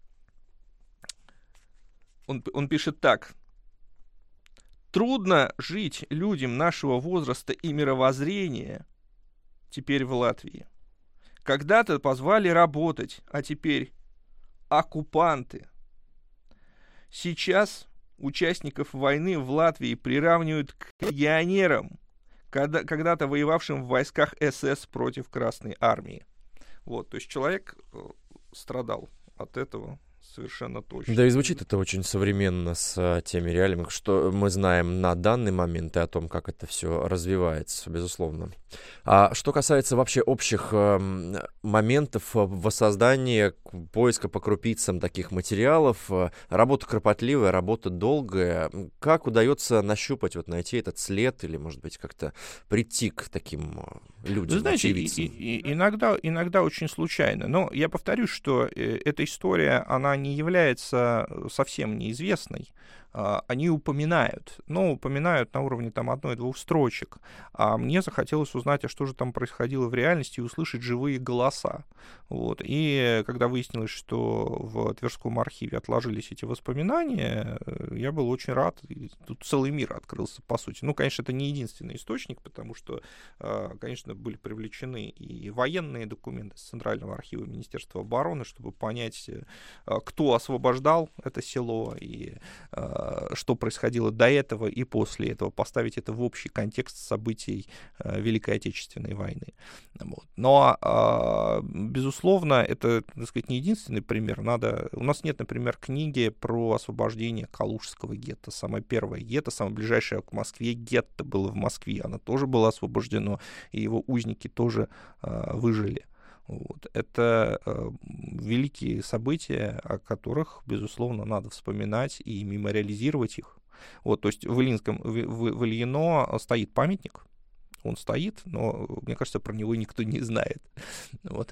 он, он пишет так: «Трудно жить людям нашего возраста и мировоззрения теперь в Латвии. Когда-то позвали работать, а теперь оккупанты. Сейчас участников войны в Латвии приравнивают к легионерам, когда, когда-то воевавшим в войсках эс эс против Красной Армии. Вот, то есть человек страдал от этого совершенно точно. Да и звучит это очень современно с а, теми реалиями, что мы знаем на данный момент и о том, как это все развивается, безусловно. А что касается вообще общих э, моментов воссоздания, поиска по крупицам таких материалов, э, работа кропотливая, работа долгая, как удается нащупать, вот найти этот след или, может быть, как-то прийти к таким э, людям, Вы знаете, и, очевидцам? и, и иногда, иногда очень случайно. Но я повторюсь, что э, эта история, она не является совсем неизвестной. Uh, они упоминают, но упоминают на уровне там одной-двух строчек. А мне захотелось узнать, а что же там происходило в реальности, и услышать живые голоса. Вот. И когда выяснилось, что в Тверском архиве отложились эти воспоминания, я был очень рад. И тут целый мир открылся, по сути. Ну, конечно, это не единственный источник, потому что, конечно, были привлечены и военные документы с Центрального архива Министерства обороны, чтобы понять, кто освобождал это село и что происходило до этого и после этого, поставить это в общий контекст событий э, Великой Отечественной войны. Вот. Но, э, безусловно, это, так сказать, не единственный пример. Надо... У нас нет, например, книги про освобождение Калужского гетто. Самое первое гетто, самое ближайшее к Москве гетто было в Москве. Оно тоже было освобождено, и его узники тоже э, выжили. Вот. Это э, великие события, о которых, безусловно, надо вспоминать и мемориализировать их. Вот, то есть в, Ильинском, в, в, в Ильино стоит памятник, он стоит, но, мне кажется, про него никто не знает. Вот.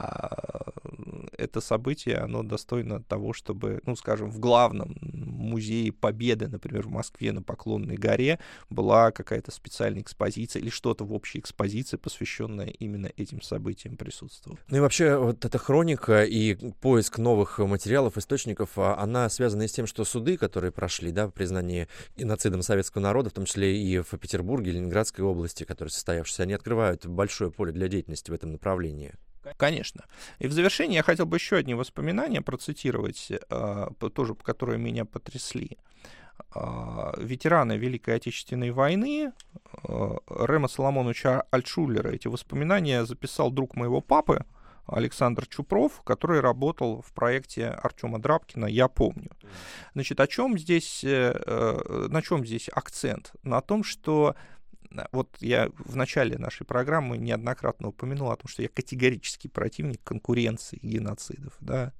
А это событие, оно достойно того, чтобы, ну, скажем, в главном музее Победы, например, в Москве на Поклонной горе была какая-то специальная экспозиция или что-то в общей экспозиции, посвященное именно этим событиям, присутствовало. Ну и вообще вот эта хроника и поиск новых материалов, источников, она связана и с тем, что суды, которые прошли, да, в признании геноцидом советского народа, в том числе и в Петербурге, Ленинградской области, которые состоявшиеся, они открывают большое поле для деятельности в этом направлении. Конечно. И в завершение я хотел бы еще одни воспоминания процитировать, э, тоже, которые меня потрясли. Э, ветераны Великой Отечественной войны э, Рема Соломоновича Альтшулера. Эти воспоминания записал друг моего папы, Александр Чупров, который работал в проекте Артема Драбкина «Я помню». Значит, о чем здесь, э, на чем здесь акцент? На том, что вот я в начале нашей программы неоднократно упомянул о том, что я категорический противник конкуренции геноцидов. Да?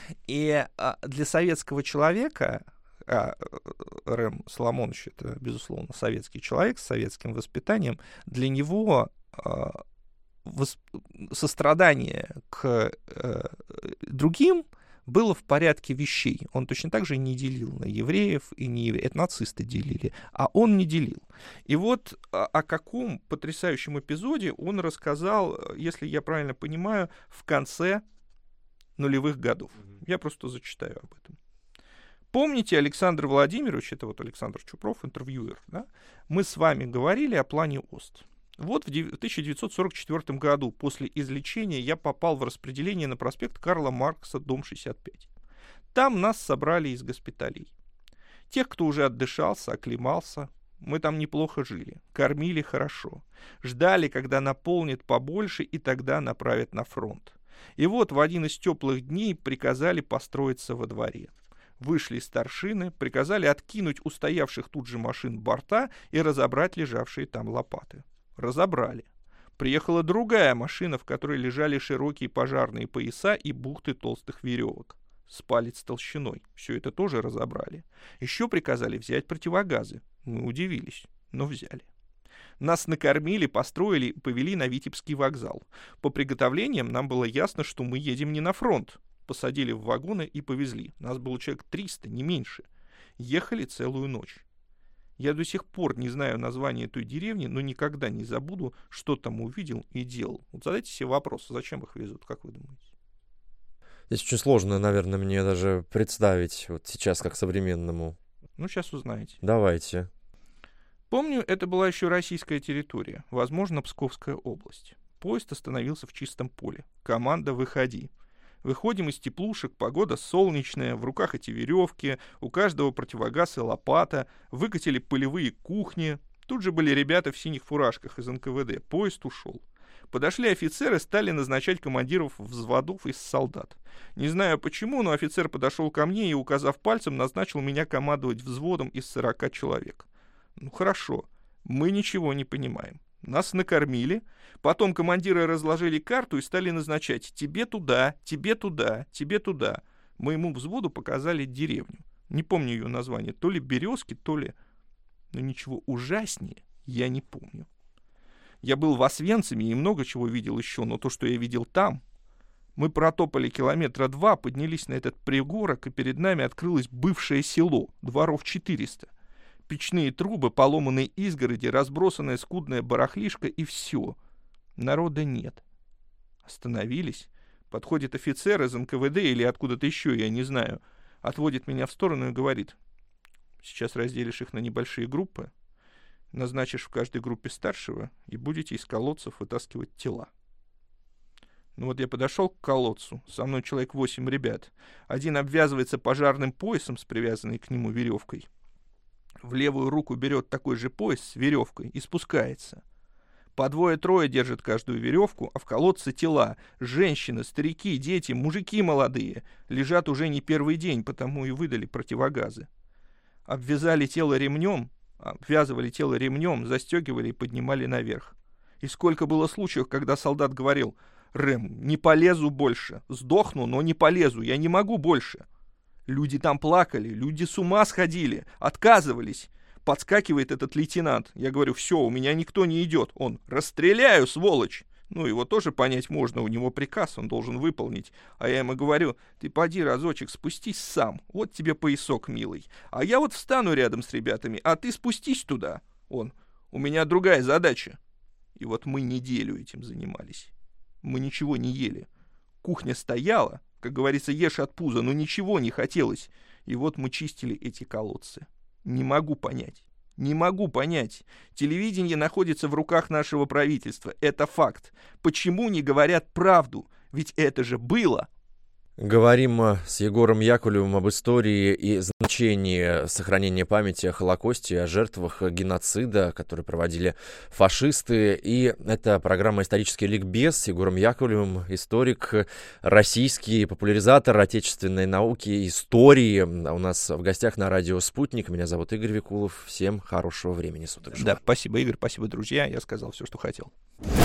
И а, для советского человека, а, Рэм Соломонович — это, безусловно, советский человек с советским воспитанием, для него а, вос, сострадание к а, другим было в порядке вещей. Он точно так же не делил на евреев и не евреев. Это нацисты делили, а он не делил. И вот о, о каком потрясающем эпизоде он рассказал, если я правильно понимаю, в конце нулевых годов. Я просто зачитаю об этом. Помните, Александр Владимирович, это вот Александр Чупров, интервьюер, да? Мы с вами говорили о плане ОСТ. Вот в тысяча девятьсот сорок четвёртом году после излечения я попал в распределение на проспект Карла Маркса, дом шестьдесят пять. Там нас собрали из госпиталей. Тех, кто уже отдышался, оклемался, мы там неплохо жили, кормили хорошо, ждали, когда наполнит побольше, и тогда направят на фронт. И вот в один из теплых дней приказали построиться во дворе. Вышли старшины, приказали откинуть у стоявших тут же машин борта и разобрать лежавшие там лопаты. Разобрали. Приехала другая машина, в которой лежали широкие пожарные пояса и бухты толстых веревок. С палец толщиной. Все это тоже разобрали. Еще приказали взять противогазы. Мы удивились, но взяли. Нас накормили, построили и повели на Витебский вокзал. По приготовлениям нам было ясно, что мы едем не на фронт. Посадили в вагоны и повезли. Нас было человек триста, не меньше. Ехали целую ночь. Я до сих пор не знаю название той деревни, но никогда не забуду, что там увидел и делал. Вот задайте себе вопрос, зачем их везут, как вы думаете? Здесь очень сложно, наверное, мне даже представить вот сейчас как современному. Ну, сейчас узнаете. Давайте. Помню, это была еще российская территория, возможно, Псковская область. Поезд остановился в чистом поле. Команда «Выходи». Выходим из теплушек, погода солнечная, в руках эти веревки, у каждого противогаз и лопата, выкатили полевые кухни, Тут же были ребята в синих фуражках из эн ка вэ дэ. Поезд ушел. Подошли офицеры, стали назначать командиров взводов из солдат. Не знаю почему, но офицер подошел ко мне и, указав пальцем, назначил меня командовать взводом из сорока человек. Ну хорошо, мы ничего не понимаем. Нас накормили, потом командиры разложили карту и стали назначать тебе туда, тебе туда, тебе туда. Моему взводу показали деревню. Не помню ее название, то ли Березки, то ли... Но ничего ужаснее я не помню. Я был в Освенциме и много чего видел еще, но то, что я видел там... Мы протопали километра два, поднялись на этот пригорок, и перед нами открылось бывшее село, дворов четыреста. Печные трубы, поломанные изгороди, разбросанная скудная барахлишка и все. Народа нет. Остановились. Подходит офицер из эн ка вэ дэ или откуда-то еще, я не знаю. Отводит меня в сторону и говорит: сейчас разделишь их на небольшие группы, назначишь в каждой группе старшего и будете из колодцев вытаскивать тела. Ну вот я подошел к колодцу, со мной человек восемь ребят. Один обвязывается пожарным поясом с привязанной к нему веревкой. В левую руку берет такой же пояс с веревкой и спускается. По двое-трое держат каждую веревку, а в колодце тела. Женщины, старики, дети, мужики молодые. Лежат уже не первый день, потому и выдали противогазы. Обвязали тело ремнем, обвязывали тело ремнем, застегивали и поднимали наверх. И сколько было случаев, когда солдат говорил: «Рэм, не полезу больше, сдохну, но не полезу, я не могу больше». Люди там плакали, люди с ума сходили, отказывались. Подскакивает этот лейтенант. Я говорю: все, у меня никто не идет. Он: расстреляю, сволочь. Ну, его тоже понять можно, у него приказ, он должен выполнить. А я ему говорю: ты поди разочек спустись сам, вот тебе поясок, милый. А я вот встану рядом с ребятами, а ты спустись туда. Он: у меня другая задача. И вот мы неделю этим занимались. Мы ничего не ели. Кухня стояла, как говорится, ешь от пуза, но ничего не хотелось. И вот мы чистили эти колодцы. Не могу понять. Не могу понять. Телевидение находится в руках нашего правительства. Это факт. Почему не говорят правду? Ведь это же было. Говорим с Егором Яковлевым об истории и значении сохранения памяти о Холокосте, о жертвах геноцида, которые проводили фашисты. И это программа «Исторический ликбез» с Егором Яковлевым, историк, российский популяризатор отечественной науки, истории. У нас в гостях на радио «Спутник». Меня зовут Игорь Викулов. Всем хорошего времени суток. Да, спасибо, Игорь, спасибо, друзья. Я сказал все, что хотел.